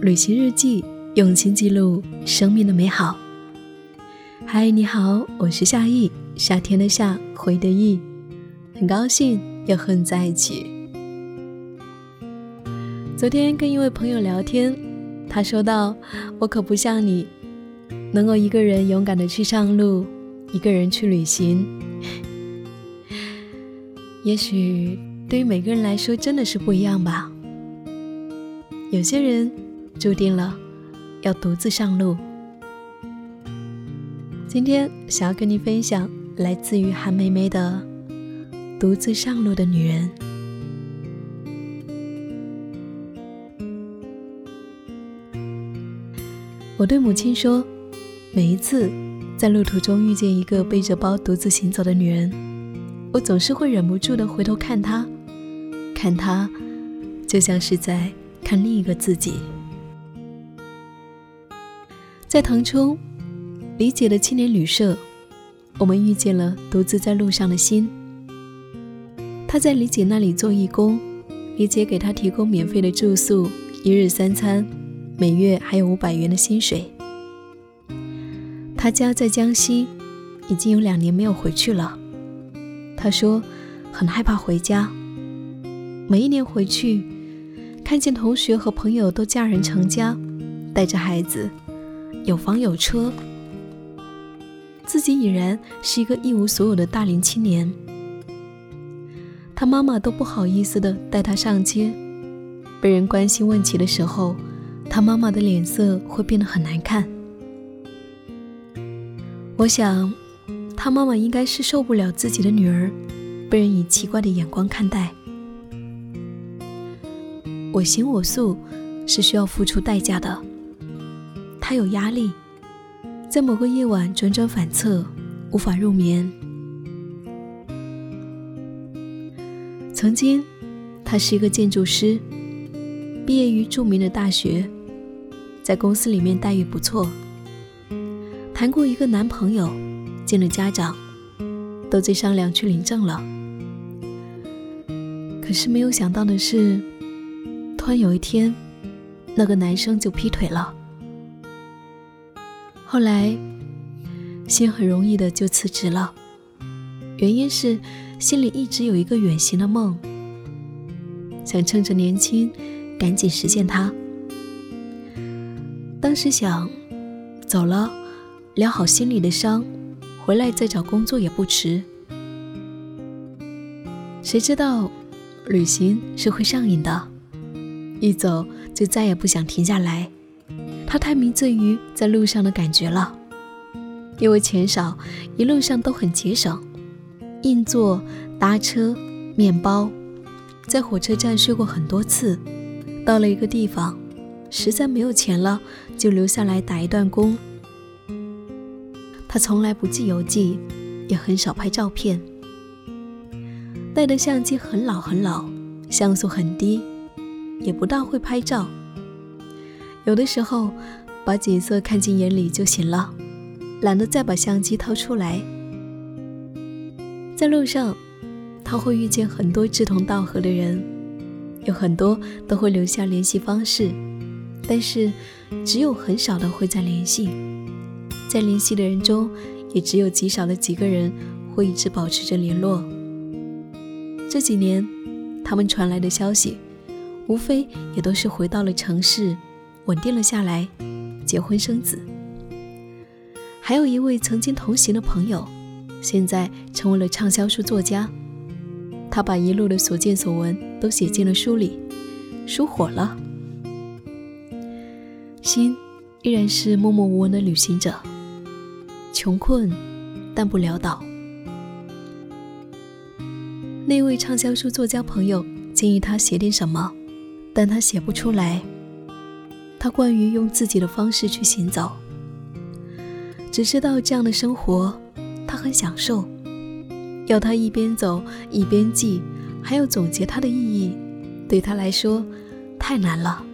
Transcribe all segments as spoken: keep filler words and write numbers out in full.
旅行日记，用心记录生命的美好。嗨，你好，我是夏意，夏天的夏，回的意，很高兴又和你在一起。昨天跟一位朋友聊天，他说到，我可不像你，能够一个人勇敢的去上路，一个人去旅行。也许对于每个人来说真的是不一样吧。有些人注定了要独自上路。今天想要跟你分享来自于韩梅梅的《独自上路的女人》。我对母亲说，每一次在路途中遇见一个背着包独自行走的女人，我总是会忍不住地回头看她，看她就像是在看另一个自己。在腾冲李姐的青年旅社，我们遇见了独自在路上的心。她在李姐那里做义工，李姐给她提供免费的住宿，一日三餐，每月还有五百元的薪水。她家在江西，已经有两年没有回去了。她说很害怕回家，每一年回去看见同学和朋友都嫁人成家，带着孩子，有房有车，自己已然是一个一无所有的大龄青年。他妈妈都不好意思地带他上街，被人关心问起的时候，他妈妈的脸色会变得很难看。我想他妈妈应该是受不了自己的女儿被人以奇怪的眼光看待。我行我素是需要付出代价的，他有压力，在某个夜晚辗转反侧，无法入眠。曾经他是一个建筑师，毕业于著名的大学，在公司里面待遇不错，谈过一个男朋友，见了家长，都在商量去领证了。可是没有想到的是，突然有一天，那个男生就劈腿了。后来心很容易的就辞职了，原因是心里一直有一个远行的梦，想趁着年轻赶紧实现它。当时想走了，疗好心里的伤，回来再找工作也不迟。谁知道旅行是会上瘾的，一走就再也不想停下来。他太迷醉于在路上的感觉了，因为钱少，一路上都很节省，硬座、搭车、面包，在火车站睡过很多次。到了一个地方，实在没有钱了，就留下来打一段工。他从来不记游记，也很少拍照片，带的相机很老很老，像素很低，也不大会拍照。有的时候把景色看进眼里就行了，懒得再把相机掏出来。在路上他会遇见很多志同道合的人，有很多都会留下联系方式，但是只有很少的会再联系。在联系的人中，也只有极少的几个人会一直保持着联络。这几年他们传来的消息，无非也都是回到了城市，稳定了下来，结婚生子。还有一位曾经同行的朋友，现在成为了畅销书作家，他把一路的所见所闻都写进了书里，书火了。心依然是默默无闻的旅行者，穷困但不潦倒。那位畅销书作家朋友建议他写点什么，但他写不出来。他惯于用自己的方式去行走，只知道这样的生活他很享受，要他一边走一边记，还要总结它的意义，对他来说太难了。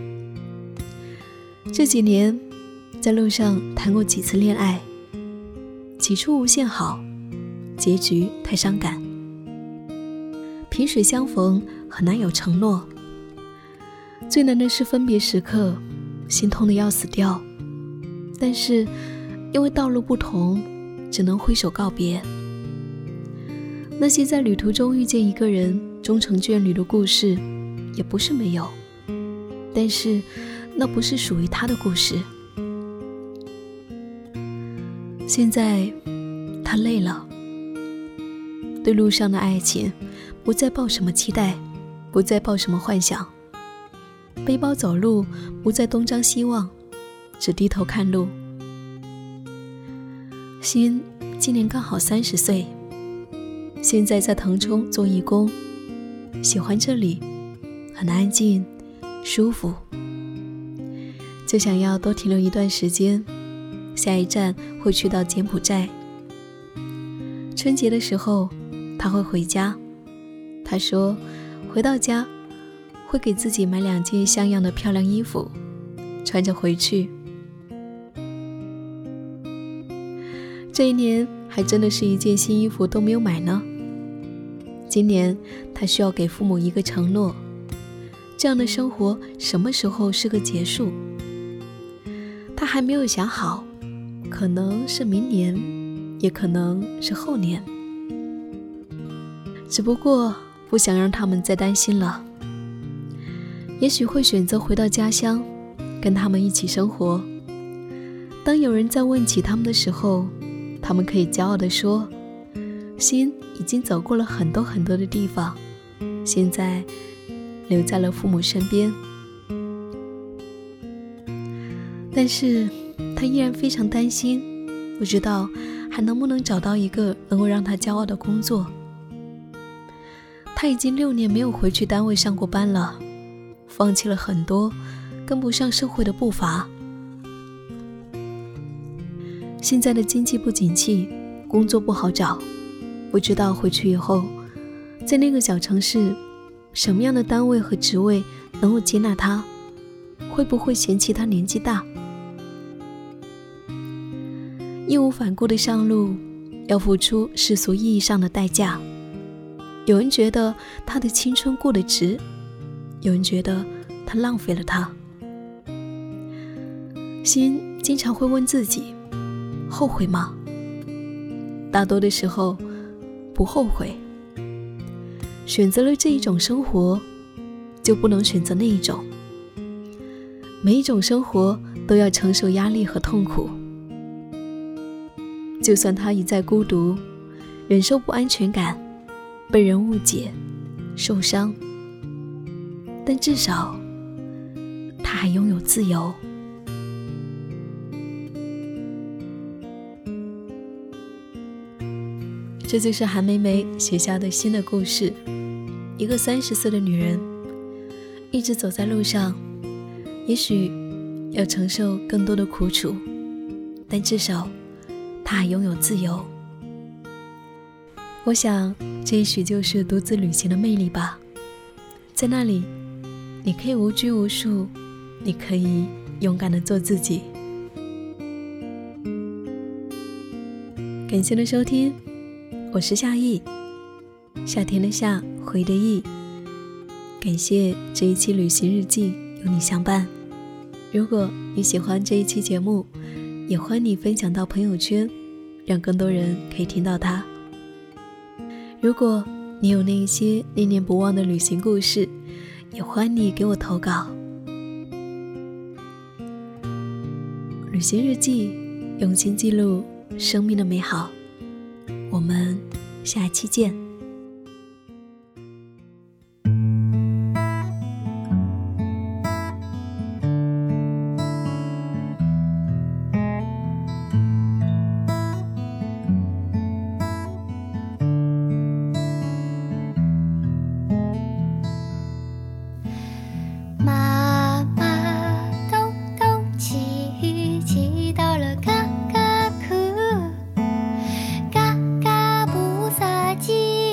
这几年在路上谈过几次恋爱，起初无限好，结局太伤感。萍水相逢很难有承诺，最难的是分别时刻， 心痛的要死掉，但是因为道路不同，只能挥手告别。那些在旅途中遇见一个人终成眷侣的故事也不是没有，但是那不是属于他的故事。现在他累了，对路上的爱情不再抱什么期待，不再抱什么幻想，背包走路不再东张西望，只低头看路。心今年刚好三十岁，现在在腾冲做义工，喜欢这里，很安静舒服，就想要多停留一段时间，下一站会去到柬埔寨。春节的时候他会回家，他说回到家会给自己买两件像样的漂亮衣服，穿着回去。这一年还真的是一件新衣服都没有买呢。今年他需要给父母一个承诺，这样的生活什么时候是个结束？他还没有想好，可能是明年，也可能是后年。只不过不想让他们再担心了，也许会选择回到家乡，跟他们一起生活。当有人在问起他们的时候，他们可以骄傲地说，心已经走过了很多很多的地方，现在留在了父母身边。但是他依然非常担心，不知道还能不能找到一个能够让他骄傲的工作。他已经六年没有回去单位上过班了，放弃了很多，跟不上社会的步伐。现在的经济不景气，工作不好找，不知道回去以后，在那个小城市，什么样的单位和职位能够接纳他，会不会嫌弃他年纪大？义无反顾的上路，要付出世俗意义上的代价。有人觉得他的青春过得值，有人觉得他浪费了他。心经常会问自己，后悔吗？大多的时候不后悔。选择了这一种生活，就不能选择那一种。每一种生活都要承受压力和痛苦。就算他一再孤独，忍受不安全感，被人误解，受伤，但至少他还拥有自由。这就是韩梅梅写下的新的故事。一个三十岁的女人，一直走在路上，也许要承受更多的苦楚，但至少她还拥有自由。我想这也许就是独自旅行的魅力吧。在那里，你可以无拘无束，你可以勇敢地做自己。感谢你的收听，我是夏意，夏天的夏，回的意。感谢这一期旅行日记有你相伴。如果你喜欢这一期节目，也欢迎你分享到朋友圈，让更多人可以听到它。如果你有那一些念念不忘的旅行故事，也欢迎你给我投稿。旅行日记，用心记录生命的美好。我们下期见。 鸡